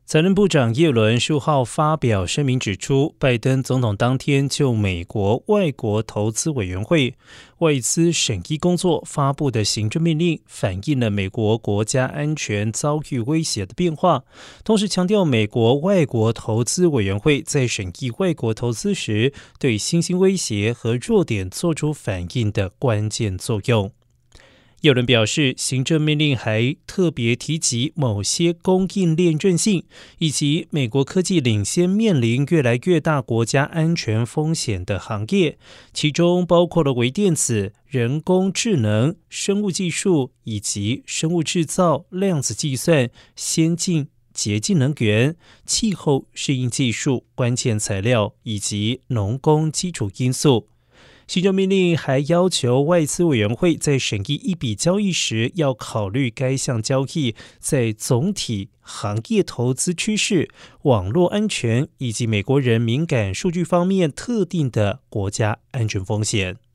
财政部长耶伦15号发表声明指出，拜登总统当天就美国外国投资委员会外资审议工作发布的行政命令，反映了美国国家安全遭遇威胁的变化，同时强调美国外国投资委员会在审议外国投资时，对新兴威胁和弱点做出反应的关键作用。有人表示，行政命令还特别提及某些供应链韧性，以及美国科技领先面临越来越大国家安全风险的行业，其中包括了微电子、人工智能、生物技术以及生物制造、量子计算、先进洁净能源、气候适应技术、关键材料以及农工基础因素。行政命令还要求外资委员会在审议一笔交易时，要考虑该项交易在总体行业投资趋势、网络安全以及美国人敏感数据方面特定的国家安全风险。